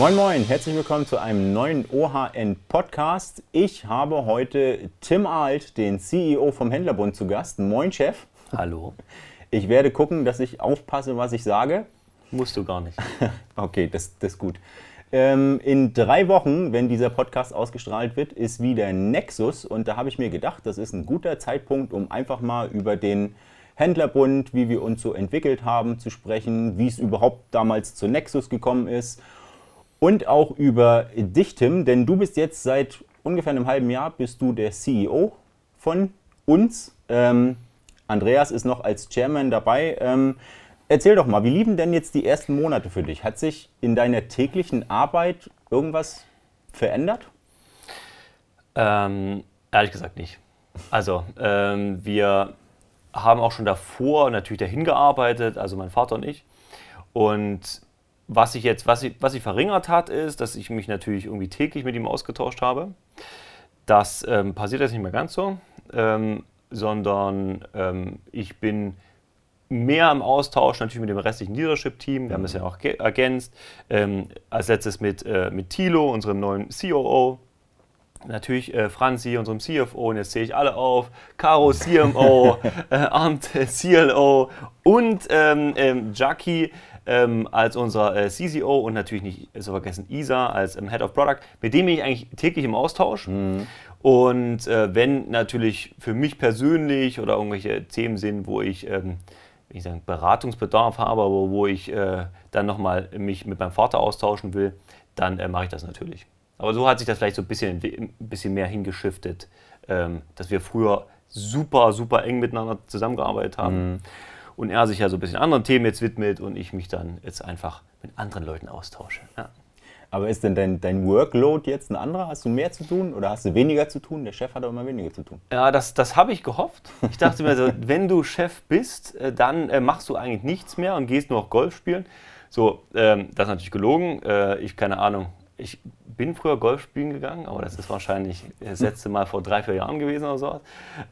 Moin Moin, herzlich willkommen zu einem neuen OHN-Podcast. Ich habe heute Tim Alt, den CEO vom Händlerbund, zu Gast. Moin Chef. Hallo. Ich werde gucken, dass ich aufpasse, was ich sage. Musst du gar nicht. Okay, das ist gut. In 3 Wochen, wenn dieser Podcast ausgestrahlt wird, ist wieder Nexus. Und da habe ich mir gedacht, das ist ein guter Zeitpunkt, um einfach mal über den Händlerbund, wie wir uns so entwickelt haben, zu sprechen, wie es überhaupt damals zu Nexus gekommen ist. Und auch über dich, Tim, denn du bist jetzt seit ungefähr einem halben Jahr bist du der CEO von uns. Andreas ist noch als Chairman dabei. Erzähl doch mal, wie liefen denn jetzt die ersten Monate für dich? Hat sich in deiner täglichen Arbeit irgendwas verändert? Ehrlich gesagt nicht. Also wir haben auch schon davor natürlich dahin gearbeitet, also mein Vater und ich. Und was sich verringert hat, ist, dass ich mich natürlich irgendwie täglich mit ihm ausgetauscht habe. Das passiert jetzt nicht mehr ganz so, sondern ich bin mehr im Austausch natürlich mit dem restlichen Leadership-Team. Wir haben das ja auch ergänzt. Als letztes mit Thilo, unserem neuen COO. Natürlich Franzi, unserem CFO, und jetzt zähle ich alle auf. Caro, CMO, Arndt, CLO und Jackie als unser CCO und natürlich nicht zu vergessen Isa als Head of Product. Mit dem bin ich eigentlich täglich im Austausch. Und wenn natürlich für mich persönlich oder irgendwelche Themen sind, wo ich Beratungsbedarf habe, aber wo ich dann nochmal mich mit meinem Vater austauschen will, dann mache ich das natürlich. Aber so hat sich das vielleicht so ein bisschen mehr hingeschiftet, dass wir früher super, super eng miteinander zusammengearbeitet haben. Und er sich ja so ein bisschen anderen Themen jetzt widmet und ich mich dann jetzt einfach mit anderen Leuten austausche. Ja. Aber ist denn dein Workload jetzt ein anderer? Hast du mehr zu tun oder hast du weniger zu tun? Der Chef hat auch immer weniger zu tun. Ja, das habe ich gehofft. Ich dachte mir so, wenn du Chef bist, dann machst du eigentlich nichts mehr und gehst nur noch Golf spielen. So, das ist natürlich gelogen. Keine Ahnung. Ich bin früher Golf spielen gegangen, aber das ist wahrscheinlich das letzte Mal vor 3-4 Jahren gewesen oder so.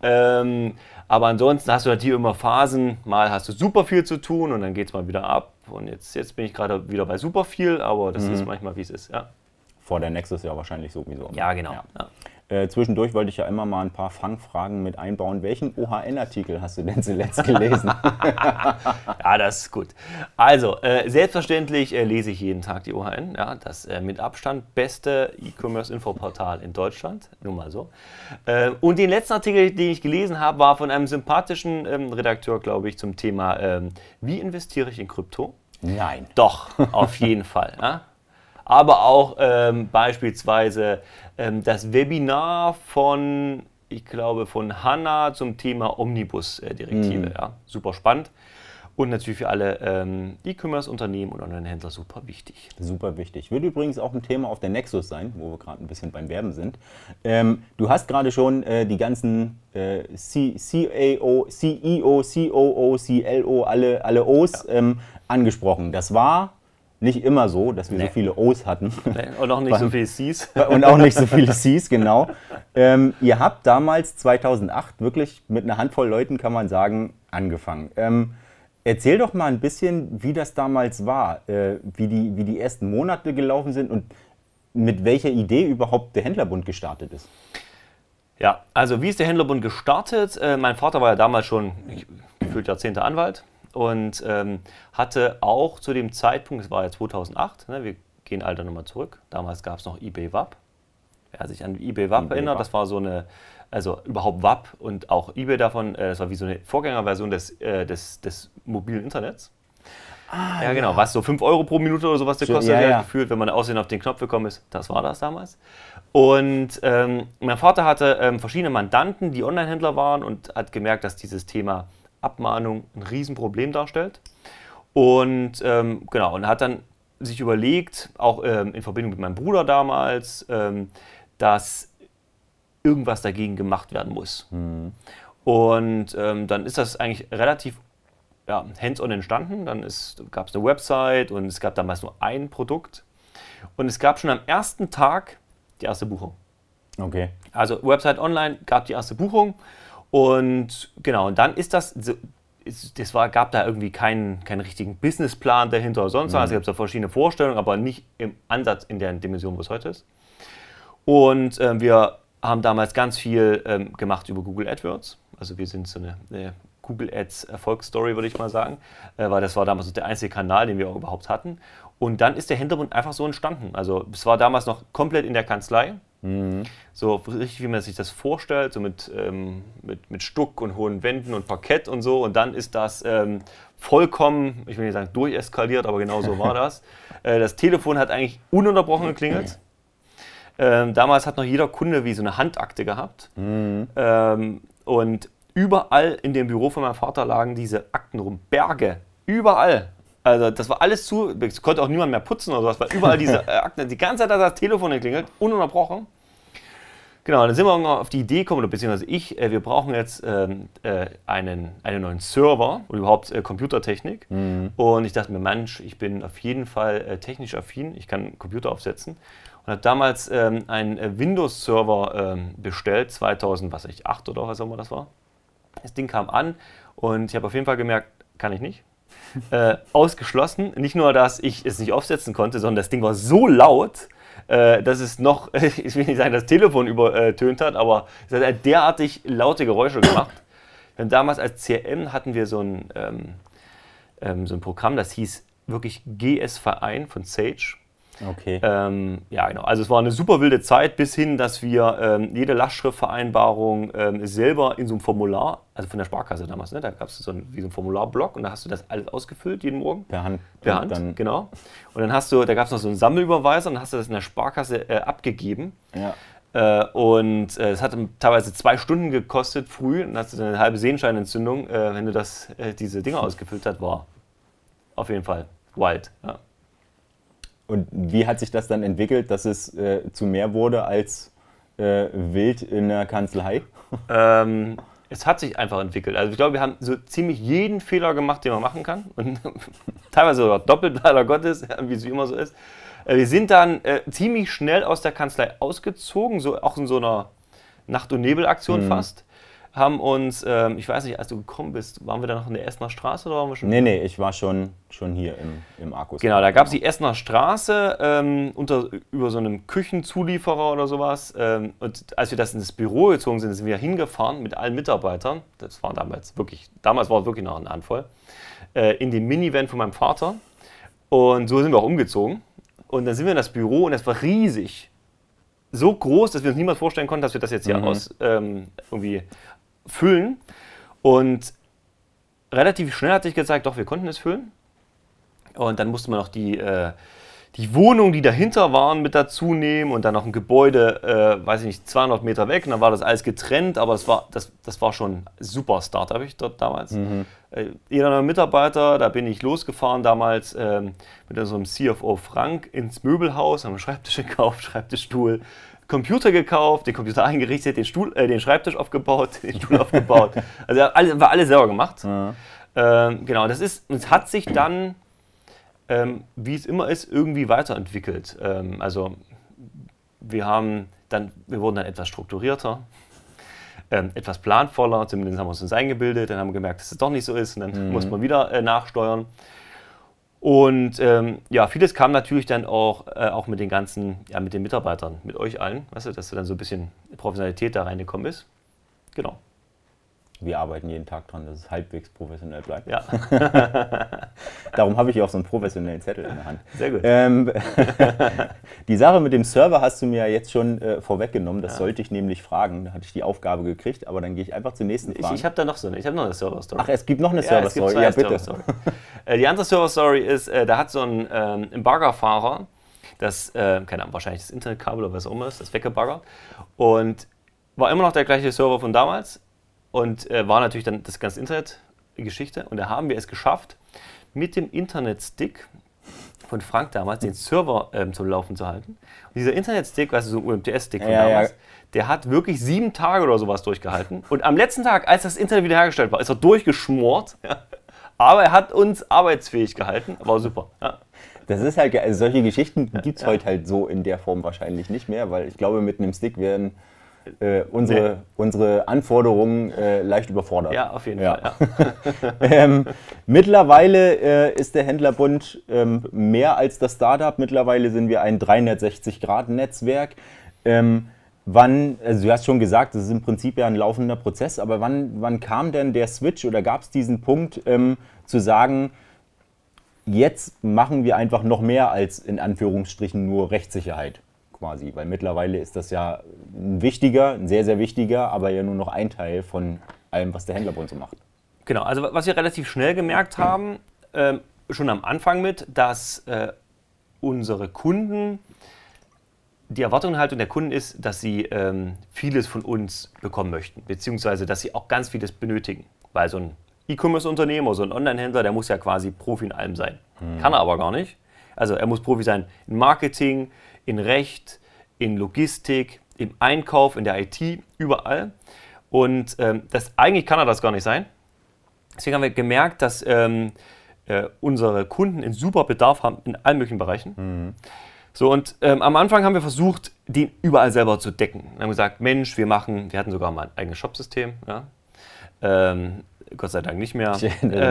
Aber ansonsten hast du natürlich immer Phasen, mal hast du super viel zu tun und dann geht es mal wieder ab. Und jetzt bin ich gerade wieder bei super viel, aber das ist manchmal wie es ist. Ja. Vor der Nexus ja wahrscheinlich sowieso. Ja, genau. Ja. Ja. Zwischendurch wollte ich ja immer mal ein paar Fangfragen mit einbauen. Welchen OHN-Artikel hast du denn zuletzt gelesen? Ja, das ist gut. Also, selbstverständlich lese ich jeden Tag die OHN. Ja, das mit Abstand beste E-Commerce-Infoportal in Deutschland. Nur mal so. Und den letzten Artikel, den ich gelesen habe, war von einem sympathischen Redakteur, glaube ich, zum Thema wie investiere ich in Krypto? Nein. Doch, auf jeden Fall. Ja? Aber auch beispielsweise das Webinar von Hanna zum Thema Omnibus-Direktive. Ja, super spannend und natürlich für alle E-Commerce-Unternehmen und Online-Händler super wichtig. Super wichtig. Wird übrigens auch ein Thema auf der Nexus sein, wo wir gerade ein bisschen beim Werben sind. Du hast gerade schon die ganzen CEO, COO, CLO, alle O's angesprochen. Das war nicht immer so, dass wir so viele O's hatten. Und auch nicht so viele C's. Und auch nicht so viele C's, genau. Ihr habt damals, 2008, wirklich mit einer Handvoll Leuten, kann man sagen, angefangen. Erzähl doch mal ein bisschen, wie das damals war, wie die ersten Monate gelaufen sind und mit welcher Idee überhaupt der Händlerbund gestartet ist. Ja, also wie ist der Händlerbund gestartet? Mein Vater war ja damals schon gefühlt Jahrzehnte Anwalt. Und hatte auch zu dem Zeitpunkt, es war ja 2008, ne, wir gehen Alter nochmal zurück, damals gab es noch eBay WAP. Wer sich an eBay WAP erinnert, das war so eine, also überhaupt WAP und auch eBay davon, das war wie so eine Vorgängerversion des mobilen Internets. Ja, genau, was so 5 Euro pro Minute oder sowas kostet, gefühlt, wenn man aussehen auf den Knopf gekommen ist, das war das damals. Und mein Vater hatte verschiedene Mandanten, die Online-Händler waren und hat gemerkt, dass dieses Thema Abmahnung ein Riesenproblem darstellt und und hat dann sich überlegt, auch in Verbindung mit meinem Bruder damals, dass irgendwas dagegen gemacht werden muss. Und dann ist das eigentlich relativ hands-on entstanden. Dann gab es eine Website und es gab damals nur ein Produkt und es gab schon am ersten Tag die erste Buchung. Okay. Also Website online gab die erste Buchung. Und genau, und dann ist das gab da irgendwie keinen richtigen Businessplan dahinter oder sonst was. Es gab da verschiedene Vorstellungen, aber nicht im Ansatz in der Dimension, wo es heute ist. Und wir haben damals ganz viel gemacht über Google AdWords. Also wir sind so eine Google Ads Erfolgsstory, würde ich mal sagen, weil das war damals der einzige Kanal, den wir auch überhaupt hatten. Und dann ist der Hintergrund einfach so entstanden. Also es war damals noch komplett in der Kanzlei. So richtig, wie man sich das vorstellt, so mit Stuck und hohen Wänden und Parkett und so. Und dann ist das vollkommen, ich will nicht sagen durcheskaliert, aber genau so war das. Das Telefon hat eigentlich ununterbrochen geklingelt. Damals hat noch jeder Kunde wie so eine Handakte gehabt. Und überall in dem Büro von meinem Vater lagen diese Akten rum. Berge. Überall. Also das war alles zu, es konnte auch niemand mehr putzen oder sowas, weil überall diese Akten, die ganze Zeit hat das Telefon geklingelt, ununterbrochen. Genau, dann sind wir auf die Idee gekommen, oder beziehungsweise wir brauchen jetzt einen neuen Server oder überhaupt Computertechnik. Und ich dachte mir, Mensch, ich bin auf jeden Fall technisch affin, ich kann einen Computer aufsetzen. Und habe damals einen Windows-Server bestellt, 2008 oder was auch immer das war. Das Ding kam an und ich habe auf jeden Fall gemerkt, kann ich nicht. Ausgeschlossen. Nicht nur, dass ich es nicht aufsetzen konnte, sondern das Ding war so laut, dass es noch, ich will nicht sagen, das Telefon übertönt hat, aber es hat halt derartig laute Geräusche gemacht. Und damals als CRM hatten wir so ein Programm, das hieß wirklich GS Verein von Sage. Okay. Ja, genau. Also es war eine super wilde Zeit, bis hin, dass wir jede Lastschriftvereinbarung selber in so einem Formular, also von der Sparkasse damals, ne, da gab es so ein Formularblock und da hast du das alles ausgefüllt jeden Morgen. Per Hand. Per Hand, dann genau. Und dann da gab es noch so einen Sammelüberweisern und dann hast du das in der Sparkasse abgegeben. Ja. Und es hat teilweise 2 Stunden gekostet früh und dann hast du eine halbe Sehenscheinentzündung, wenn du diese Dinger ausgefüllt hast, war auf jeden Fall wild. Ja. Und wie hat sich das dann entwickelt, dass es zu mehr wurde als wild in der Kanzlei? Es hat sich einfach entwickelt. Also ich glaube, wir haben so ziemlich jeden Fehler gemacht, den man machen kann. Und teilweise sogar doppelt, leider Gottes, wie es wie immer so ist. Wir sind dann ziemlich schnell aus der Kanzlei ausgezogen, auch in so einer Nacht- und Nebelaktion fast. Haben uns, ich weiß nicht, als du gekommen bist, waren wir da noch in der Essener Straße oder waren wir schon? Nee, ich war schon hier im Arkus. Genau, da gab es die Essener Straße über so einem Küchenzulieferer oder sowas. Und als wir das ins Büro gezogen sind, sind wir hingefahren mit allen Mitarbeitern. Das war damals war es wirklich noch eine Handvoll. In den Minivan von meinem Vater. Und so sind wir auch umgezogen. Und dann sind wir in das Büro und es war riesig. So groß, dass wir uns niemals vorstellen konnten, dass wir das jetzt hier irgendwie füllen. Und relativ schnell hat sich gezeigt, doch, wir konnten es füllen. Und dann musste man noch die Wohnungen, die dahinter waren, mit dazu nehmen und dann noch ein Gebäude, weiß ich nicht, 200 Meter weg. Und dann war das alles getrennt, aber das war schon ein super Start, habe ich dort damals. Jeder neue Mitarbeiter, da bin ich losgefahren damals mit unserem CFO Frank ins Möbelhaus, haben einen Schreibtisch gekauft, Schreibtischstuhl, Computer gekauft, den Computer eingerichtet, den Schreibtisch aufgebaut, den Stuhl aufgebaut. Also war alles selber gemacht. Genau, es hat sich dann, wie es immer ist, irgendwie weiterentwickelt. Also wir wurden dann etwas strukturierter, etwas planvoller, zumindest haben wir uns eingebildet, dann haben wir gemerkt, dass es doch nicht so ist und dann muss man wieder nachsteuern. Und vieles kam natürlich dann auch mit den ganzen, mit den Mitarbeitern, mit euch allen, weißt du, dass da dann so ein bisschen Professionalität da reingekommen ist. Genau. Wir arbeiten jeden Tag dran, dass es halbwegs professionell bleibt. Ja. Darum habe ich auch so einen professionellen Zettel in der Hand. Sehr gut. Die Sache mit dem Server hast du mir ja jetzt schon vorweggenommen. Das sollte ich nämlich fragen. Da hatte ich die Aufgabe gekriegt, aber dann gehe ich einfach zur nächsten Frage. Ich habe da noch eine Server-Story. Ach, es gibt noch eine Server-Story? Ja, bitte. Die andere Server-Story ist, da hat so ein Baggerfahrer, keine Ahnung, wahrscheinlich das Internetkabel oder was auch immer ist, das weggebaggert und war immer noch der gleiche Server von damals. Und war natürlich dann das ganze Internet-Geschichte. Und da haben wir es geschafft, mit dem Internetstick von Frank damals den Server zum Laufen zu halten. Und dieser Internetstick, also so ein UMTS-Stick von damals, der hat wirklich 7 Tage oder sowas durchgehalten. Und am letzten Tag, als das Internet wiederhergestellt war, ist er durchgeschmort. Ja. Aber er hat uns arbeitsfähig gehalten. War super. Ja. Das ist halt, also solche Geschichten gibt es heute halt so in der Form wahrscheinlich nicht mehr, weil ich glaube, mit einem Stick werden unsere Anforderungen leicht überfordert. Ja, auf jeden Fall. Ja. Mittlerweile ist der Händlerbund mehr als das Startup. Mittlerweile sind wir ein 360-Grad-Netzwerk. Also du hast schon gesagt, das ist im Prinzip ja ein laufender Prozess, aber wann kam denn der Switch oder gab es diesen Punkt zu sagen, jetzt machen wir einfach noch mehr als in Anführungsstrichen nur Rechtssicherheit quasi, weil mittlerweile ist das ja ein sehr, sehr wichtiger, aber ja nur noch ein Teil von allem, was der Händlerbund so macht. Genau, also was wir relativ schnell gemerkt haben, schon am Anfang dass unsere Kunden, die Erwartungshaltung der Kunden ist, dass sie vieles von uns bekommen möchten, beziehungsweise dass sie auch ganz vieles benötigen. Weil so ein E-Commerce-Unternehmen oder so ein Online-Händler, der muss ja quasi Profi in allem sein. Kann er aber gar nicht. Also er muss Profi sein in Marketing, in Recht, in Logistik, im Einkauf, in der IT, überall. Und eigentlich kann er das gar nicht sein. Deswegen haben wir gemerkt, dass unsere Kunden einen super Bedarf haben in allen möglichen Bereichen. So, und am Anfang haben wir versucht, den überall selber zu decken. Wir haben gesagt, Mensch, wir hatten sogar mal ein eigenes Shopsystem. Ja. Gott sei Dank nicht mehr.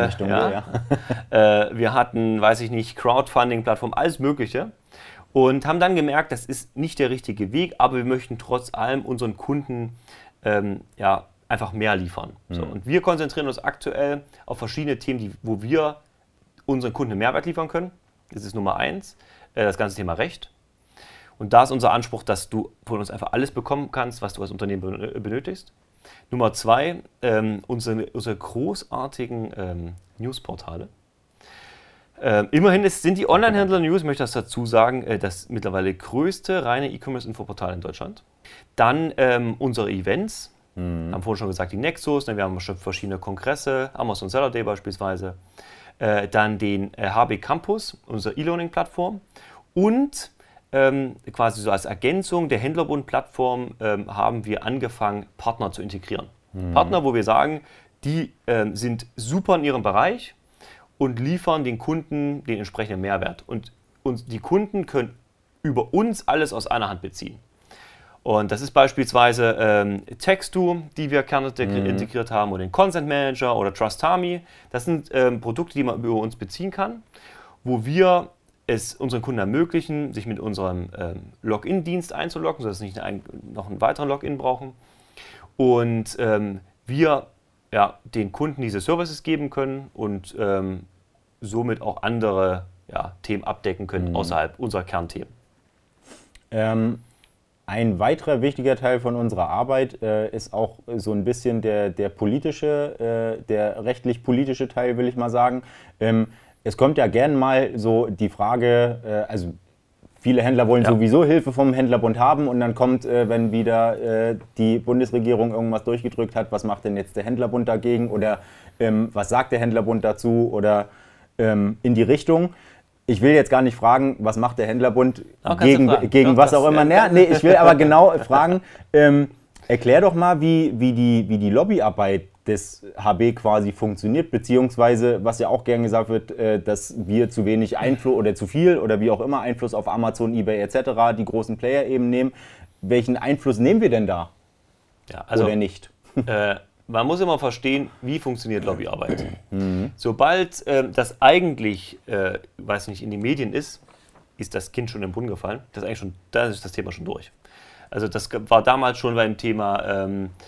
Wir hatten, weiß ich nicht, Crowdfunding-Plattform, alles Mögliche. Und haben dann gemerkt, das ist nicht der richtige Weg, aber wir möchten trotz allem unseren Kunden einfach mehr liefern. So, und wir konzentrieren uns aktuell auf verschiedene Themen, wo wir unseren Kunden einen Mehrwert liefern können. Das ist Nummer 1. Das ganze Thema Recht. Und da ist unser Anspruch, dass du von uns einfach alles bekommen kannst, was du als Unternehmen benötigst. Nummer 2, unsere großartigen Newsportale. Immerhin sind die Online-Händler-News, ich möchte das dazu sagen, das mittlerweile größte reine E-Commerce-Infoportal in Deutschland. Dann unsere Events, haben vorhin schon gesagt, die Nexus, wir haben schon verschiedene Kongresse, Amazon Seller Day beispielsweise. Dann den HB Campus, unsere E-Learning-Plattform, und quasi so als Ergänzung der Händlerbund-Plattform haben wir angefangen, Partner zu integrieren. Partner, wo wir sagen, die sind super in ihrem Bereich und liefern den Kunden den entsprechenden Mehrwert. Und die Kunden können über uns alles aus einer Hand beziehen. Und das ist beispielsweise Textu, die wir gerne integriert haben, oder den Consent Manager oder Trustami. Das sind Produkte, die man über uns beziehen kann, wo wir es unseren Kunden ermöglichen, sich mit unserem Login-Dienst einzuloggen, sodass sie nicht noch einen weiteren Login brauchen. Und wir den Kunden diese Services geben können und somit auch andere Themen abdecken können außerhalb unserer Kernthemen. Ein weiterer wichtiger Teil von unserer Arbeit ist auch so ein bisschen der rechtlich-politische Teil, will ich mal sagen. Es kommt ja gern mal so die Frage, also viele Händler wollen sowieso Hilfe vom Händlerbund haben und dann kommt, wenn wieder die Bundesregierung irgendwas durchgedrückt hat, was macht denn jetzt der Händlerbund dagegen oder was sagt der Händlerbund dazu oder in die Richtung. Ich will jetzt gar nicht fragen, was macht der Händlerbund gegen was auch immer. Nee, ich will aber genau fragen, erklär doch mal, wie die Lobbyarbeit des HB quasi funktioniert, beziehungsweise, was ja auch gern gesagt wird, dass wir zu wenig Einfluss oder zu viel oder wie auch immer Einfluss auf Amazon, eBay etc., die großen Player eben nehmen. Welchen Einfluss nehmen wir denn da? Ja, also, oder nicht? Man muss immer verstehen, wie funktioniert Lobbyarbeit. Sobald das eigentlich, weiß nicht, in den Medien ist das Kind schon im Brunnen gefallen. Da ist das Thema schon durch. Also das war damals schon beim Thema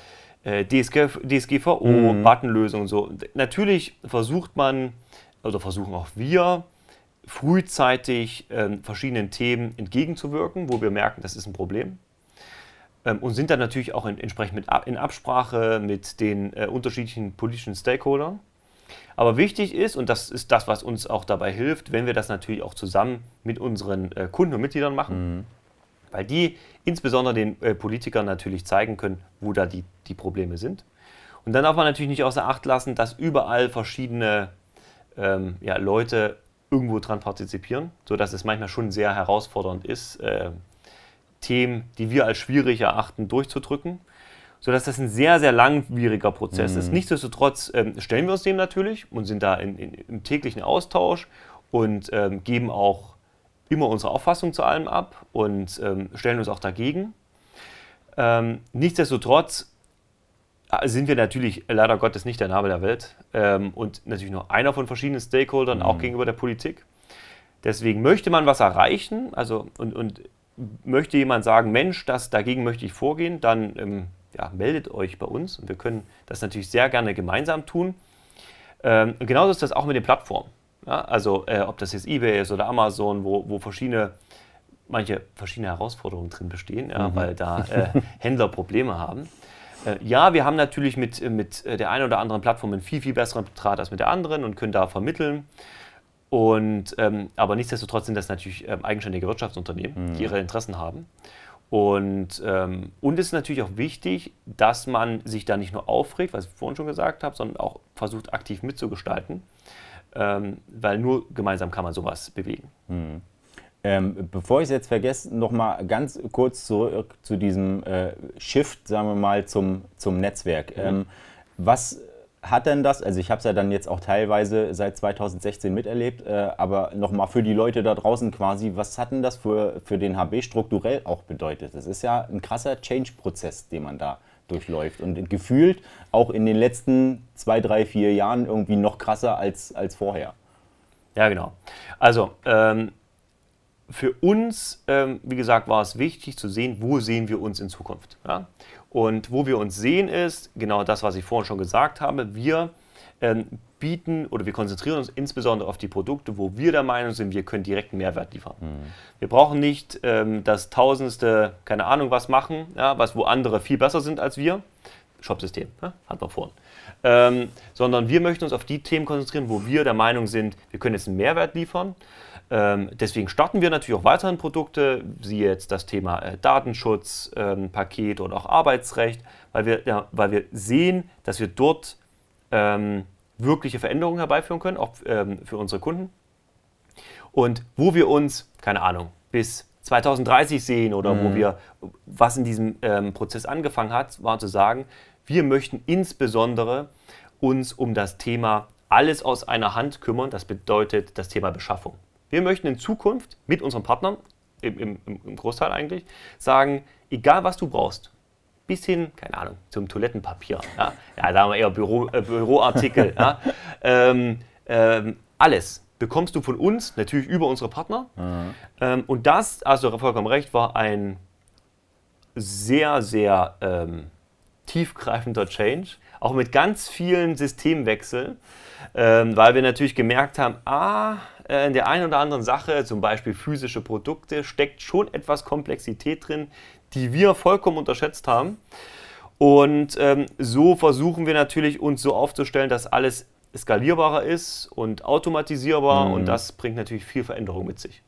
DSGVO, Buttonlösung und so. Natürlich versuchen auch wir, frühzeitig verschiedenen Themen entgegenzuwirken, wo wir merken, das ist ein Problem. Und sind dann natürlich auch entsprechend in Absprache mit den unterschiedlichen politischen Stakeholdern. Aber wichtig ist, und das ist das, was uns auch dabei hilft, wenn wir das natürlich auch zusammen mit unseren Kunden und Mitgliedern machen, weil die insbesondere den Politikern natürlich zeigen können, wo da die Probleme sind. Und dann darf man natürlich nicht außer Acht lassen, dass überall verschiedene Leute irgendwo dran partizipieren, sodass es manchmal schon sehr herausfordernd ist, Themen, die wir als schwierig erachten, durchzudrücken, sodass das ein sehr, sehr langwieriger Prozess ist. Nichtsdestotrotz stellen wir uns dem natürlich und sind da im täglichen Austausch und geben auch immer unsere Auffassung zu allem ab und stellen uns auch dagegen. Nichtsdestotrotz sind wir natürlich leider Gottes nicht der Nabel der Welt und natürlich nur einer von verschiedenen Stakeholdern, auch gegenüber der Politik. Deswegen möchte man was erreichen, also und möchte jemand sagen, Mensch, dagegen möchte ich vorgehen, dann meldet euch bei uns und wir können das natürlich sehr gerne gemeinsam tun. Genauso ist das auch mit den Plattformen. Ja? Also ob das jetzt eBay ist oder Amazon, wo manche verschiedene Herausforderungen drin bestehen, weil da Händler Probleme haben. Ja, wir haben natürlich mit der einen oder anderen Plattform einen viel, viel besseren Draht als mit der anderen und können da vermitteln. Aber nichtsdestotrotz sind das natürlich eigenständige Wirtschaftsunternehmen, die ihre Interessen haben. Und es ist natürlich auch wichtig, dass man sich da nicht nur aufregt, was ich vorhin schon gesagt habe, sondern auch versucht, aktiv mitzugestalten. Weil nur gemeinsam kann man sowas bewegen. Bevor ich es jetzt vergesse, noch mal ganz kurz zurück zu diesem Shift, sagen wir mal, zum Netzwerk. Was hat denn das, also ich habe es ja dann jetzt auch teilweise seit 2016 miterlebt, aber nochmal für die Leute da draußen quasi, was hat denn das für den HB strukturell auch bedeutet? Das ist ja ein krasser Change-Prozess, den man da durchläuft und gefühlt auch in den letzten 2, 3, 4 Jahren irgendwie noch krasser als vorher. Ja, genau. Also für uns, wie gesagt, war es wichtig zu sehen, wo sehen wir uns in Zukunft. Ja? Und wo wir uns sehen ist, genau das, was ich vorhin schon gesagt habe, wir bieten oder wir konzentrieren uns insbesondere auf die Produkte, wo wir der Meinung sind, wir können direkten Mehrwert liefern. Wir brauchen nicht das tausendste, keine Ahnung was machen, ja, wo andere viel besser sind als wir. Shopsystem, ja, hatten wir vorhin. Sondern wir möchten uns auf die Themen konzentrieren, wo wir der Meinung sind, wir können jetzt einen Mehrwert liefern. Deswegen starten wir natürlich auch weiterhin Produkte, siehe jetzt das Thema Datenschutz, Paket oder auch Arbeitsrecht, weil wir sehen, dass wir dort wirkliche Veränderungen herbeiführen können, auch für unsere Kunden. Und wo wir uns, keine Ahnung, bis 2030 sehen oder was in diesem Prozess angefangen hat, war zu sagen, wir möchten insbesondere uns um das Thema alles aus einer Hand kümmern, das bedeutet das Thema Beschaffung. Wir möchten in Zukunft mit unseren Partnern, im Großteil eigentlich, sagen, egal was du brauchst, bis hin, keine Ahnung, zum Toilettenpapier, ja, sagen wir eher Büroartikel, ja, alles bekommst du von uns, natürlich über unsere Partner. Und das, also du hast vollkommen recht, war ein sehr, sehr tiefgreifender Change, auch mit ganz vielen Systemwechseln, weil wir natürlich gemerkt haben, in der einen oder anderen Sache, zum Beispiel physische Produkte, steckt schon etwas Komplexität drin, die wir vollkommen unterschätzt haben. Und so versuchen wir natürlich, uns so aufzustellen, dass alles skalierbarer ist und automatisierbar und das bringt natürlich viel Veränderung mit sich.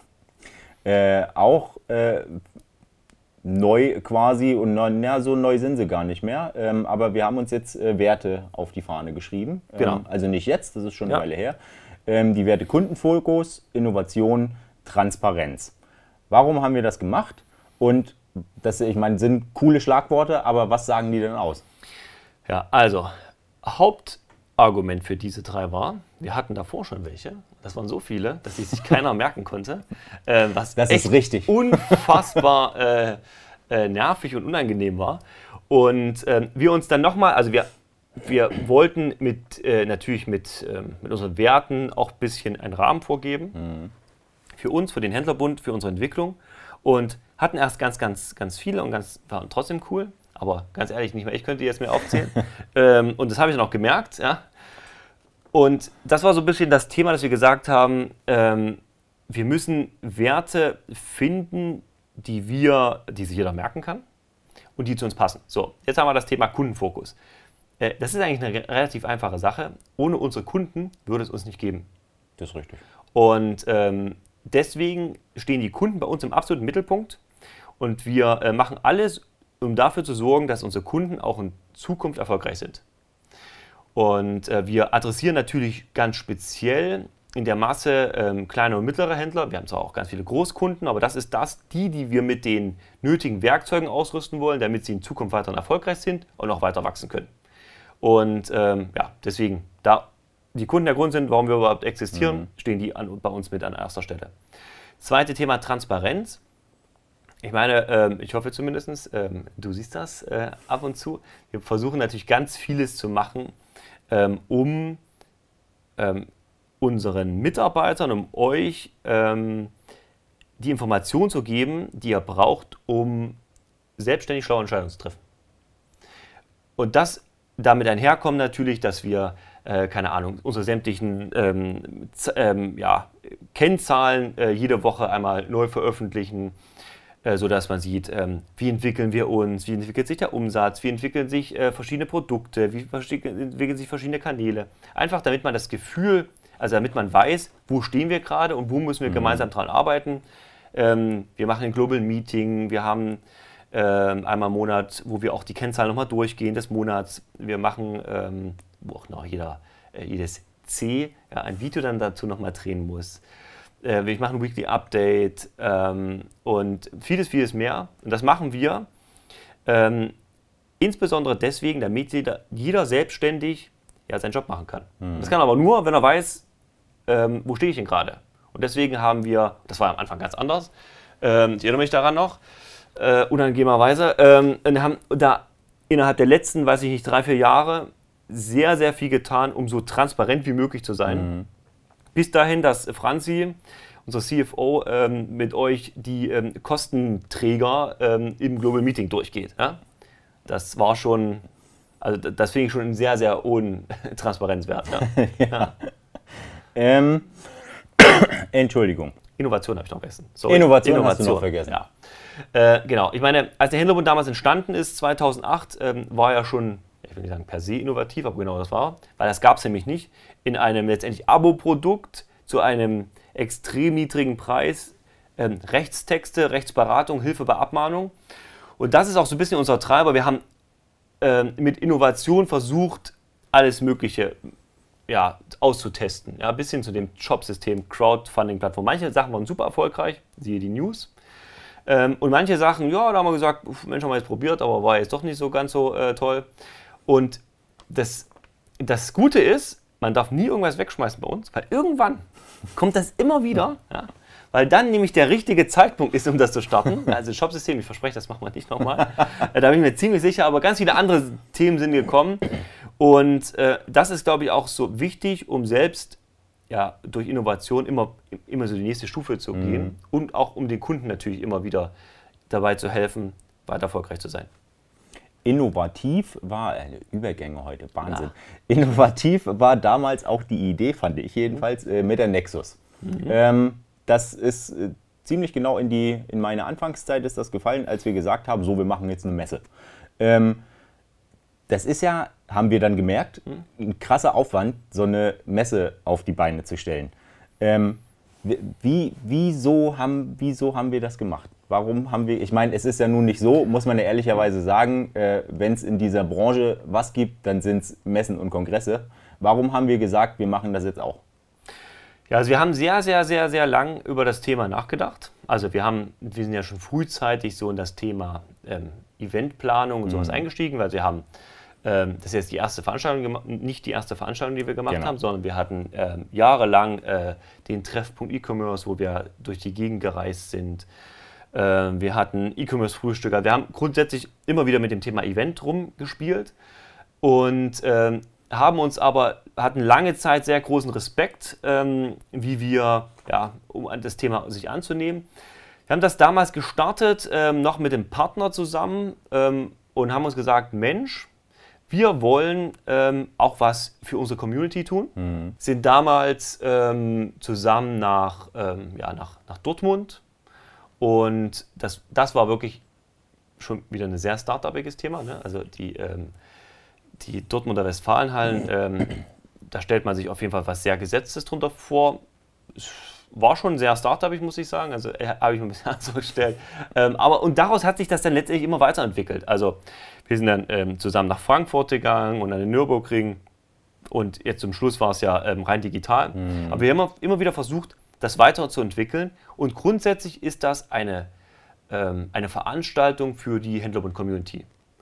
Neu quasi, und so neu sind sie gar nicht mehr, aber wir haben uns jetzt Werte auf die Fahne geschrieben. Genau. Also nicht jetzt, das ist schon eine Weile her. Die Werte Kundenfokus, Innovation, Transparenz. Warum haben wir das gemacht? Und das, ich meine, sind coole Schlagworte, aber was sagen die denn aus? Ja, also Hauptargument für diese 3 war, wir hatten davor schon welche, das waren so viele, dass sich keiner merken konnte, was das ist richtig unfassbar nervig und unangenehm war. Und wir uns dann nochmal, also wir wollten natürlich mit unseren Werten auch ein bisschen einen Rahmen vorgeben, für uns, für den Händlerbund, für unsere Entwicklung und hatten erst ganz, ganz, ganz viele und waren trotzdem cool, aber ganz ehrlich, nicht mehr ich könnte die jetzt mehr aufzählen. Und das habe ich dann auch gemerkt, ja. Und das war so ein bisschen das Thema, dass wir gesagt haben, wir müssen Werte finden, die sich jeder merken kann und die zu uns passen. So, jetzt haben wir das Thema Kundenfokus. Das ist eigentlich eine relativ einfache Sache. Ohne unsere Kunden würde es uns nicht geben. Das ist richtig. Und deswegen stehen die Kunden bei uns im absoluten Mittelpunkt und wir machen alles, um dafür zu sorgen, dass unsere Kunden auch in Zukunft erfolgreich sind. Und wir adressieren natürlich ganz speziell in der Masse kleine und mittlere Händler. Wir haben zwar auch ganz viele Großkunden, aber das ist die wir mit den nötigen Werkzeugen ausrüsten wollen, damit sie in Zukunft weiterhin erfolgreich sind und auch weiter wachsen können. Und deswegen, da die Kunden der Grund sind, warum wir überhaupt existieren, stehen die bei uns mit an erster Stelle. Zweite Thema Transparenz. Ich meine, ich hoffe zumindest, du siehst das ab und zu. Wir versuchen natürlich ganz vieles zu machen, um unseren Mitarbeitern, um euch die Information zu geben, die ihr braucht, um selbstständig schlaue Entscheidungen zu treffen. Und das damit einherkommt natürlich, dass wir, keine Ahnung, unsere sämtlichen Kennzahlen jede Woche einmal neu veröffentlichen, sodass man sieht, wie entwickeln wir uns, wie entwickelt sich der Umsatz, wie entwickeln sich verschiedene Produkte, wie entwickeln sich verschiedene Kanäle. Einfach damit man das Gefühl, also damit man weiß, wo stehen wir gerade und wo müssen wir gemeinsam dran arbeiten. Wir machen ein Global Meeting, wir haben einmal im Monat, wo wir auch die Kennzahlen nochmal durchgehen des Monats. Wir machen, wo auch noch jedes C ein Video dann dazu nochmal drehen muss. Wir machen ein Weekly Update und vieles, vieles mehr. Und das machen wir insbesondere deswegen, damit jeder selbstständig seinen Job machen kann. Das kann aber nur, wenn er weiß, wo stehe ich denn gerade. Und deswegen haben wir, das war am Anfang ganz anders, ich erinnere mich daran noch, unangenehmerweise, und haben da innerhalb der letzten, 3-4 Jahre sehr, sehr viel getan, um so transparent wie möglich zu sein. Bis dahin, dass Franzi, unser CFO, mit euch die Kostenträger im Global Meeting durchgeht. Ja? Das war schon, also das finde ich schon einen sehr, sehr hohen Transparenzwert. Ja. Ja. Entschuldigung. Innovation habe ich noch vergessen. Innovation hast du noch vergessen. Ja. Genau. Ich meine, als der Händlerbund damals entstanden ist, 2008, war ja schon, ich will nicht sagen per se innovativ, aber genau das war, weil das gab es nämlich nicht, in einem letztendlich Abo-Produkt zu einem extrem niedrigen Preis, Rechtstexte, Rechtsberatung, Hilfe bei Abmahnung. Und das ist auch so ein bisschen unser Treiber. Wir haben mit Innovation versucht, alles Mögliche auszutesten. Ja, bis hin zu dem Shop-System, Crowdfunding-Plattform. Manche Sachen waren super erfolgreich, siehe die News. Und manche Sachen, da haben wir gesagt, Mensch, haben wir jetzt probiert, aber war jetzt doch nicht so ganz so toll. Und das Gute ist, man darf nie irgendwas wegschmeißen bei uns, weil irgendwann kommt das immer wieder, weil dann nämlich der richtige Zeitpunkt ist, um das zu starten. Also das Shop-System, ich verspreche, das machen wir nicht nochmal. Da bin ich mir ziemlich sicher, aber ganz viele andere Themen sind gekommen. Und das ist, glaube ich, auch so wichtig, um selbst durch Innovation immer so die nächste Stufe zu gehen und auch um den Kunden natürlich immer wieder dabei zu helfen, weiter erfolgreich zu sein. Innovativ war, Übergänge heute, Wahnsinn. Ja. Innovativ war damals auch die Idee, fand ich jedenfalls, mit der Nexus. Das ist ziemlich genau in meine Anfangszeit ist das gefallen, als wir gesagt haben, so, wir machen jetzt eine Messe. Das ist ja, haben wir dann gemerkt, ein krasser Aufwand, so eine Messe auf die Beine zu stellen. Wieso haben wir das gemacht? Warum haben wir, ich meine, es ist ja nun nicht so, muss man ja ehrlicherweise sagen, wenn es in dieser Branche was gibt, dann sind es Messen und Kongresse. Warum haben wir gesagt, wir machen das jetzt auch? Ja, also wir haben sehr, sehr, sehr, sehr lang über das Thema nachgedacht. Also wir sind ja schon frühzeitig so in das Thema Eventplanung und sowas eingestiegen, weil wir haben, das ist jetzt die erste Veranstaltung, nicht die erste Veranstaltung, die wir gemacht haben, sondern wir hatten jahrelang den Treffpunkt E-Commerce, wo wir durch die Gegend gereist sind. Wir hatten E-Commerce-Frühstücke. Wir haben grundsätzlich immer wieder mit dem Thema Event rumgespielt und hatten lange Zeit sehr großen Respekt, wie wir, um das Thema sich anzunehmen. Wir haben das damals gestartet, noch mit dem Partner zusammen und haben uns gesagt, Mensch, wir wollen auch was für unsere Community tun. Sind damals zusammen nach Dortmund und das war wirklich schon wieder ein sehr startupiges Thema. Ne? Also die Dortmunder Westfalenhallen, da stellt man sich auf jeden Fall was sehr Gesetztes drunter vor. Es war schon sehr startupig, muss ich sagen. Also habe ich mir ein bisschen anders vorgestellt. Und daraus hat sich das dann letztendlich immer weiterentwickelt. Also wir sind dann zusammen nach Frankfurt gegangen und an den Nürburgring. Und jetzt zum Schluss war es ja rein digital. Aber wir haben immer wieder versucht, das weiterzuentwickeln. Und grundsätzlich ist das eine Veranstaltung für die Händlerbund-Community.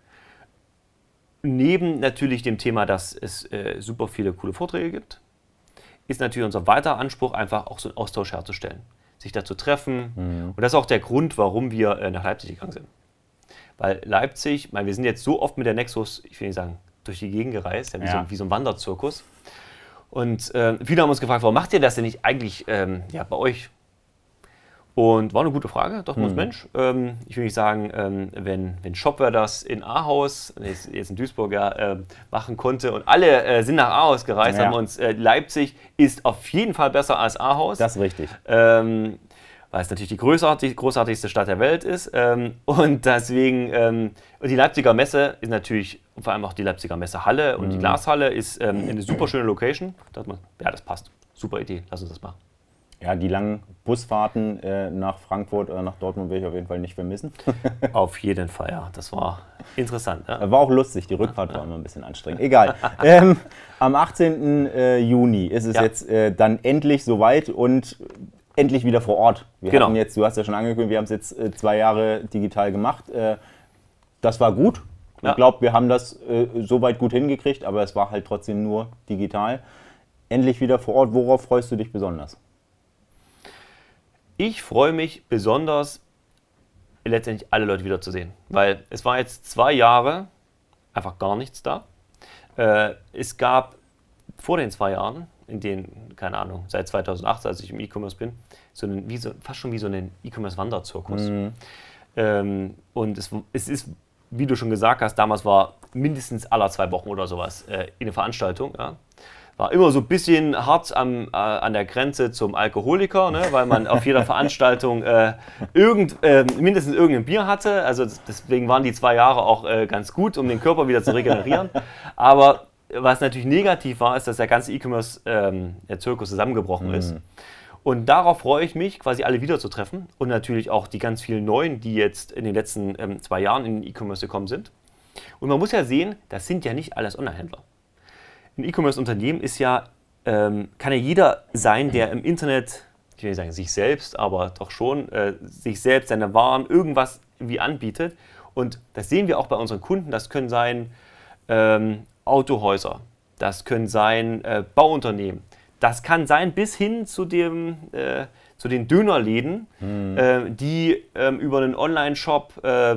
Neben natürlich dem Thema, dass es super viele coole Vorträge gibt, ist natürlich unser weiterer Anspruch, einfach auch so einen Austausch herzustellen. sich da zu treffen. Und das ist auch der Grund, warum wir nach Leipzig gegangen sind. Weil Leipzig, ich meine, wir sind jetzt so oft mit der Nexus, ich will nicht sagen, durch die Gegend gereist, ja, wie so ein Wanderzirkus. Und viele haben uns gefragt, warum macht ihr das denn nicht eigentlich bei euch? Und war eine gute Frage, dachten wir uns, Mensch, ich will nicht sagen, wenn Shopware das in Ahaus, jetzt in Duisburg machen konnte und alle sind nach Ahaus gereist, haben wir uns, Leipzig ist auf jeden Fall besser als Ahaus. Das ist richtig. Weil es natürlich die großartigste Stadt der Welt ist. Und deswegen, und die Leipziger Messe ist natürlich, vor allem auch die Leipziger Messehalle und die Glashalle ist eine super schöne Location. Da dachte man, ja, das passt. Super Idee, lass uns das machen. Ja, die langen Busfahrten nach Frankfurt oder nach Dortmund will ich auf jeden Fall nicht vermissen. Auf jeden Fall, ja. Das war interessant. Ja. War auch lustig, die Rückfahrt war immer ein bisschen anstrengend. Egal. Am 18. Juni ist es jetzt dann endlich soweit und endlich wieder vor Ort. Wir hatten jetzt, du hast ja schon angekündigt, wir haben es jetzt 2 Jahre digital gemacht. Das war gut. Ich glaube, wir haben das soweit gut hingekriegt, aber es war halt trotzdem nur digital. Endlich wieder vor Ort. Worauf freust du dich besonders? Ich freue mich besonders, letztendlich alle Leute wieder zu sehen, weil es war jetzt 2 Jahre einfach gar nichts da. Es gab vor den 2 Jahren, in denen, keine Ahnung, seit 2008, als ich im E-Commerce bin, fast schon wie so einen E-Commerce-Wanderzirkus. Und es ist, wie du schon gesagt hast, damals war mindestens alle 2 Wochen oder sowas eine Veranstaltung. Ja. War immer so ein bisschen hart an der Grenze zum Alkoholiker, ne, weil man auf jeder Veranstaltung mindestens irgendein Bier hatte. Also deswegen waren die 2 Jahre auch ganz gut, um den Körper wieder zu regenerieren. Aber was natürlich negativ war, ist, dass der ganze E-Commerce-Zirkus zusammengebrochen ist. Und darauf freue ich mich, quasi alle wiederzutreffen. Und natürlich auch die ganz vielen Neuen, die jetzt in den letzten 2 Jahren in den E-Commerce gekommen sind. Und man muss ja sehen, das sind ja nicht alles Online-Händler. Ein E-Commerce-Unternehmen ist kann ja jeder sein, der im Internet, ich will nicht sagen sich selbst, aber doch schon sich selbst, seine Waren, irgendwas wie anbietet. Und das sehen wir auch bei unseren Kunden. Das können sein Autohäuser, das können sein Bauunternehmen, das kann sein bis hin zu den Dönerläden, die über einen Online-Shop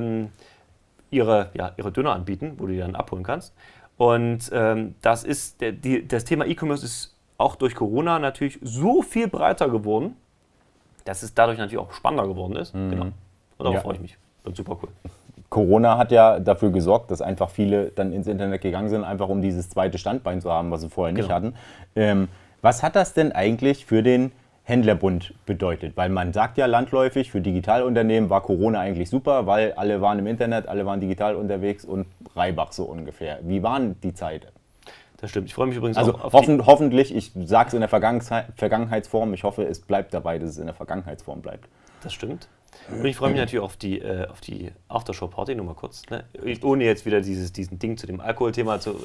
ihre Döner anbieten, wo du die dann abholen kannst. Und das Thema E-Commerce ist auch durch Corona natürlich so viel breiter geworden, dass es dadurch natürlich auch spannender geworden ist. Genau. Und darauf freue ich mich. Wird super cool. Corona hat ja dafür gesorgt, dass einfach viele dann ins Internet gegangen sind, einfach um dieses zweite Standbein zu haben, was sie vorher nicht hatten. Was hat das denn eigentlich für den Händlerbund bedeutet? Weil man sagt ja landläufig, für Digitalunternehmen war Corona eigentlich super, weil alle waren im Internet, alle waren digital unterwegs und Reibach so ungefähr. Wie waren die Zeiten? Das stimmt. Ich freue mich übrigens auch auf hoffentlich, ich sage es in der Vergangenheitsform, ich hoffe, es bleibt dabei, dass es in der Vergangenheitsform bleibt. Das stimmt. Und ich freue mich natürlich auf die Aftershow-Party, nur mal kurz. Ne? Ohne jetzt wieder diesen Ding zu dem Alkoholthema zu.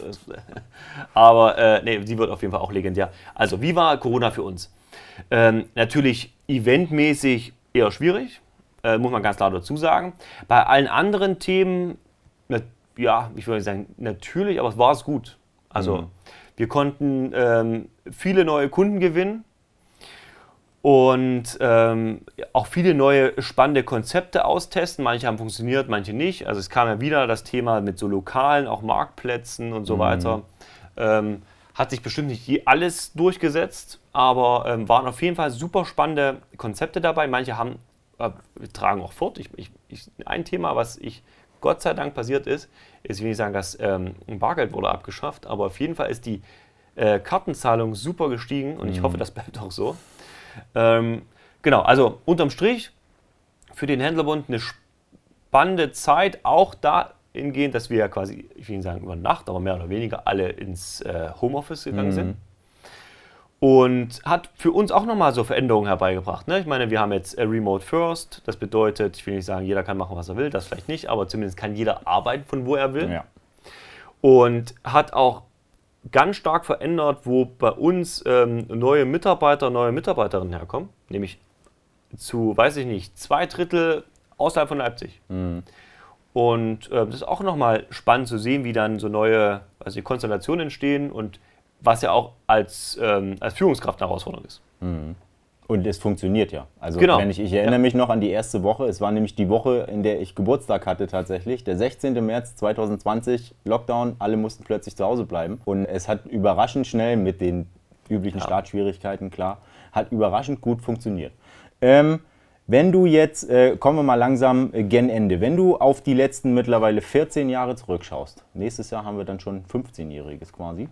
Aber die wird auf jeden Fall auch legendär. Also, wie war Corona für uns? Natürlich eventmäßig eher schwierig, muss man ganz klar dazu sagen. Bei allen anderen Themen, ich würde sagen, natürlich, aber es war es gut. Also, wir konnten viele neue Kunden gewinnen. Und auch viele neue spannende Konzepte austesten. Manche haben funktioniert, manche nicht. Also es kam ja wieder das Thema mit so lokalen, auch Marktplätzen und so weiter. Hat sich bestimmt nicht alles durchgesetzt, aber waren auf jeden Fall super spannende Konzepte dabei. Manche tragen auch fort. Ein Thema, was Gott sei Dank passiert ist, ich will nicht sagen, dass Bargeld wurde abgeschafft, aber auf jeden Fall ist die Kartenzahlung super gestiegen und ich hoffe, das bleibt auch so. Genau, also unterm Strich für den Händlerbund eine spannende Zeit, auch dahingehend, dass wir ja quasi, ich will nicht sagen über Nacht, aber mehr oder weniger alle ins Homeoffice gegangen sind. Und hat für uns auch nochmal so Veränderungen herbeigebracht. Ne? Ich meine, wir haben jetzt Remote First, das bedeutet, ich will nicht sagen, jeder kann machen, was er will, das vielleicht nicht, aber zumindest kann jeder arbeiten, von wo er will. Ja. Und hat auch ganz stark verändert, wo bei uns neue Mitarbeiter, neue Mitarbeiterinnen herkommen, nämlich zu, weiß ich nicht, 2/3 außerhalb von Leipzig. Und das ist auch nochmal spannend zu sehen, wie dann so neue Konstellationen entstehen und was ja auch als Führungskraft eine Herausforderung ist. Und es funktioniert ja. Also Genau. ich erinnere mich noch an die erste Woche. Es war nämlich die Woche, in der ich Geburtstag hatte tatsächlich. Der 16. März 2020, Lockdown, alle mussten plötzlich zu Hause bleiben. Und es hat überraschend schnell mit den üblichen Startschwierigkeiten, klar, hat überraschend gut funktioniert. Wenn du jetzt, kommen wir mal langsam gen Ende, wenn du auf die letzten mittlerweile 14 Jahre zurückschaust, nächstes Jahr haben wir dann schon 15-Jähriges quasi,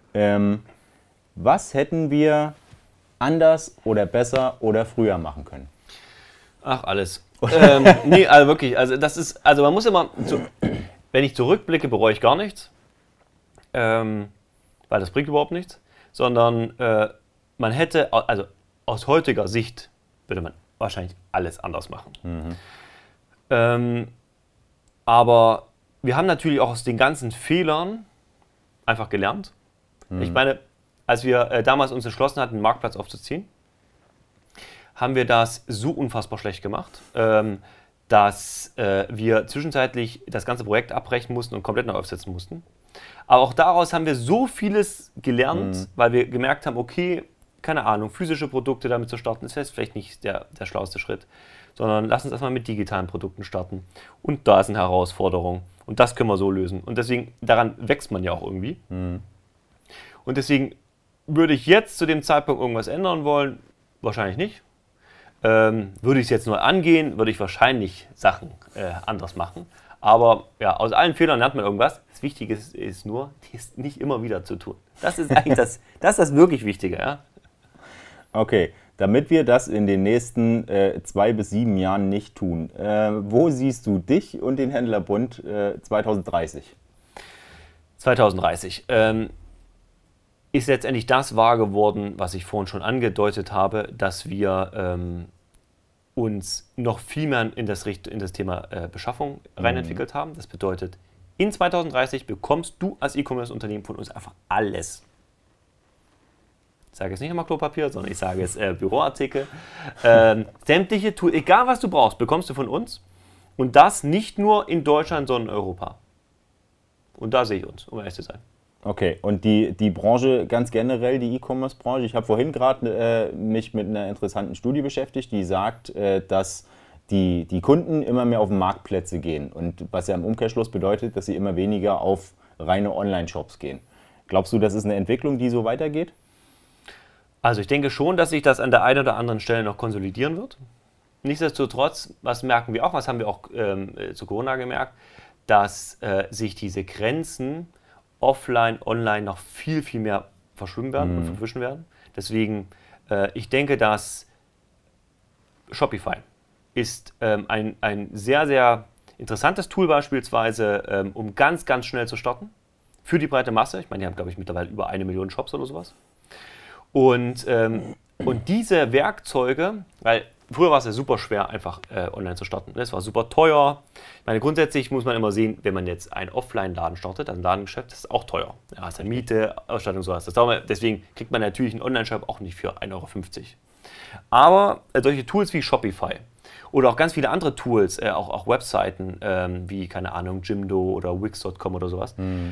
was hätten wir anders oder besser oder früher machen können? Ach, alles. Nee, also wirklich, also man muss immer, wenn ich zurückblicke, bereue ich gar nichts, weil das bringt überhaupt nichts, sondern man hätte, also aus heutiger Sicht würde man wahrscheinlich alles anders machen. Aber wir haben natürlich auch aus den ganzen Fehlern einfach gelernt. Ich meine, als wir damals uns entschlossen hatten, einen Marktplatz aufzuziehen, haben wir das so unfassbar schlecht gemacht, dass wir zwischenzeitlich das ganze Projekt abbrechen mussten und komplett neu aufsetzen mussten. Aber auch daraus haben wir so vieles gelernt, weil wir gemerkt haben, okay, keine Ahnung, physische Produkte damit zu starten, ist jetzt vielleicht nicht der schlauste Schritt, sondern lass uns erstmal mit digitalen Produkten starten. Und da ist eine Herausforderung. Und das können wir so lösen. Und deswegen, daran wächst man ja auch irgendwie. Und deswegen würde ich jetzt zu dem Zeitpunkt irgendwas ändern wollen? Wahrscheinlich nicht. Würde ich es jetzt neu angehen, würde ich wahrscheinlich Sachen anders machen. Aber ja, aus allen Fehlern lernt man irgendwas. Das Wichtige ist nur, dies nicht immer wieder zu tun. Das ist eigentlich das wirklich Wichtige. Ja? Okay, damit wir das in den nächsten 2 bis 7 Jahren nicht tun, wo siehst du dich und den Händlerbund 2030? 2030. Ist letztendlich das wahr geworden, was ich vorhin schon angedeutet habe, dass wir uns noch viel mehr in das Thema Beschaffung reinentwickelt haben. Das bedeutet, in 2030 bekommst du als E-Commerce-Unternehmen von uns einfach alles. Ich sage jetzt nicht nochmal Klopapier, sondern ich sage jetzt Büroartikel. Sämtliche Tools, egal was du brauchst, bekommst du von uns. Und das nicht nur in Deutschland, sondern in Europa. Und da sehe ich uns, um ehrlich zu sein. Okay, und die Branche ganz generell, die E-Commerce-Branche, ich habe vorhin gerade mich mit einer interessanten Studie beschäftigt, die sagt, dass die Kunden immer mehr auf Marktplätze gehen. Und was ja im Umkehrschluss bedeutet, dass sie immer weniger auf reine Online-Shops gehen. Glaubst du, das ist eine Entwicklung, die so weitergeht? Also ich denke schon, dass sich das an der einen oder anderen Stelle noch konsolidieren wird. Nichtsdestotrotz, was merken wir auch, was haben wir auch zu Corona gemerkt, dass sich diese Grenzen offline, online noch viel, viel mehr verschwimmen werden und verwischen werden. Deswegen, ich denke, dass Shopify ist ein sehr, sehr interessantes Tool beispielsweise, um ganz, ganz schnell zu starten. Für die breite Masse. Ich meine, die haben, glaube ich, mittlerweile über 1 Million Shops oder sowas. Und diese Werkzeuge, weil früher war es ja super schwer, einfach online zu starten. Es war super teuer. Ich meine, grundsätzlich muss man immer sehen, wenn man jetzt einen Offline-Laden startet, ein Ladengeschäft, das ist auch teuer. Ja, hast eine Miete, Ausstattung, sowas. Deswegen kriegt man natürlich einen Online-Shop auch nicht für 1,50 Euro. Aber solche Tools wie Shopify oder auch ganz viele andere Tools, auch Webseiten wie, keine Ahnung, Jimdo oder Wix.com oder sowas,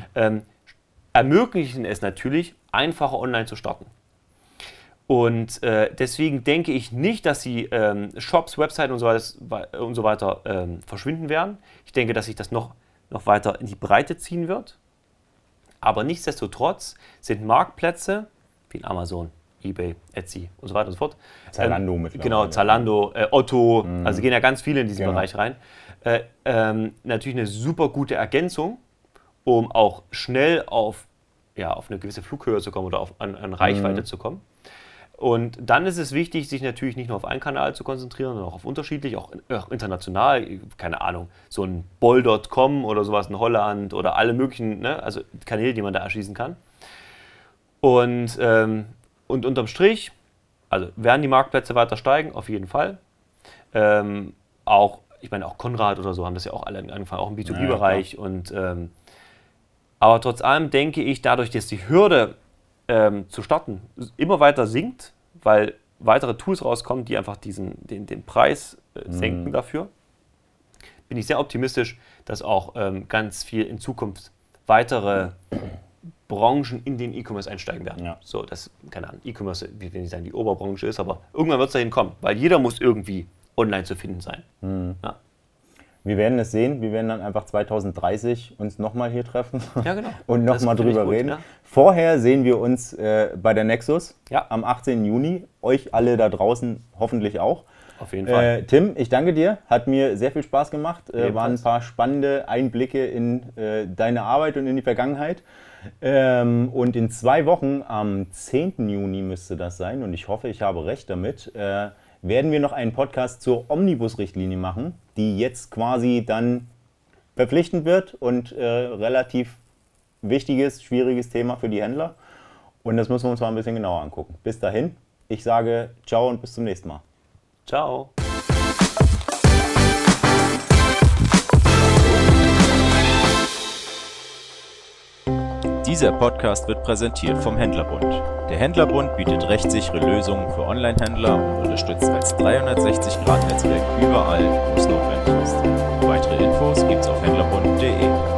ermöglichen es natürlich, einfacher online zu starten. Und deswegen denke ich nicht, dass die Shops, Webseiten und so weiter verschwinden werden. Ich denke, dass sich das noch weiter in die Breite ziehen wird. Aber nichtsdestotrotz sind Marktplätze wie Amazon, eBay, Etsy und so weiter und so fort. Zalando mittlerweile. Genau, Zalando, Otto, also gehen ja ganz viele in diesen Bereich rein. Natürlich eine super gute Ergänzung, um auch schnell auf eine gewisse Flughöhe zu kommen oder an Reichweite zu kommen. Und dann ist es wichtig, sich natürlich nicht nur auf einen Kanal zu konzentrieren, sondern auch auf unterschiedlich, auch international, keine Ahnung, so ein Bol.com oder sowas in Holland oder alle möglichen, also Kanäle, die man da erschließen kann. Und unterm Strich, also werden die Marktplätze weiter steigen, auf jeden Fall. Auch Konrad oder so haben das ja auch alle angefangen, auch im B2B-Bereich. Ja, aber trotz allem denke ich, dadurch, dass die Hürde zu starten immer weiter sinkt, weil weitere Tools rauskommen, die einfach den Preis senken dafür, bin ich sehr optimistisch, dass auch ganz viel in Zukunft weitere Branchen in den E-Commerce einsteigen werden. Ja. So, das, keine Ahnung, E-Commerce, wie will ich sagen, die Oberbranche ist, aber irgendwann wird es dahin kommen, weil jeder muss irgendwie online zu finden sein. Ja. Wir werden es sehen. Wir werden dann einfach 2030 uns nochmal hier treffen Ja, genau. und Das nochmal finde ich drüber gut, reden. ja. Vorher sehen wir uns bei der Nexus Ja. am 18. Juni. Euch alle da draußen hoffentlich auch. Auf jeden Fall. Tim, ich danke dir. Hat mir sehr viel Spaß gemacht. Waren ein Ebenfalls. paar spannende Einblicke in deine Arbeit und in die Vergangenheit. Und in 2 Wochen, am 10. Juni müsste das sein, und ich hoffe, ich habe recht damit, werden wir noch einen Podcast zur Omnibus-Richtlinie machen, die jetzt quasi dann verpflichtend wird und relativ wichtiges, schwieriges Thema für die Händler. Und das müssen wir uns mal ein bisschen genauer angucken. Bis dahin, ich sage ciao und bis zum nächsten Mal. Ciao. Dieser Podcast wird präsentiert vom Händlerbund. Der Händlerbund bietet rechtssichere Lösungen für Onlinehändler und unterstützt als 360-Grad-Netzwerk überall, wo es notwendig ist. Weitere Infos gibt's auf händlerbund.de.